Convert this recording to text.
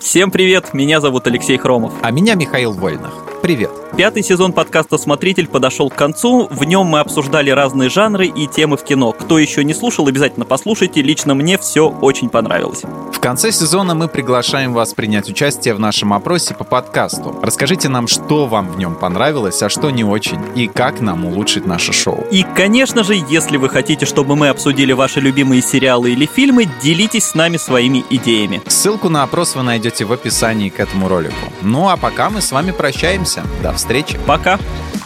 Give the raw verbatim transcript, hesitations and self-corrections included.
Всем привет, меня зовут Алексей Хромов. А меня Михаил Вольных. Привет. Пятый сезон подкаста «Смотритель» подошел к концу. В нем мы обсуждали разные жанры и темы в кино. Кто еще не слушал, обязательно послушайте. Лично мне все очень понравилось. В конце сезона мы приглашаем вас принять участие в нашем опросе по подкасту. Расскажите нам, что вам в нем понравилось, а что не очень, и как нам улучшить наше шоу. И, конечно же, если вы хотите, чтобы мы обсудили ваши любимые сериалы или фильмы, делитесь с нами своими идеями. Ссылку на опрос вы найдете в описании к этому ролику. Ну а пока мы с вами прощаемся. До встречи. Пока.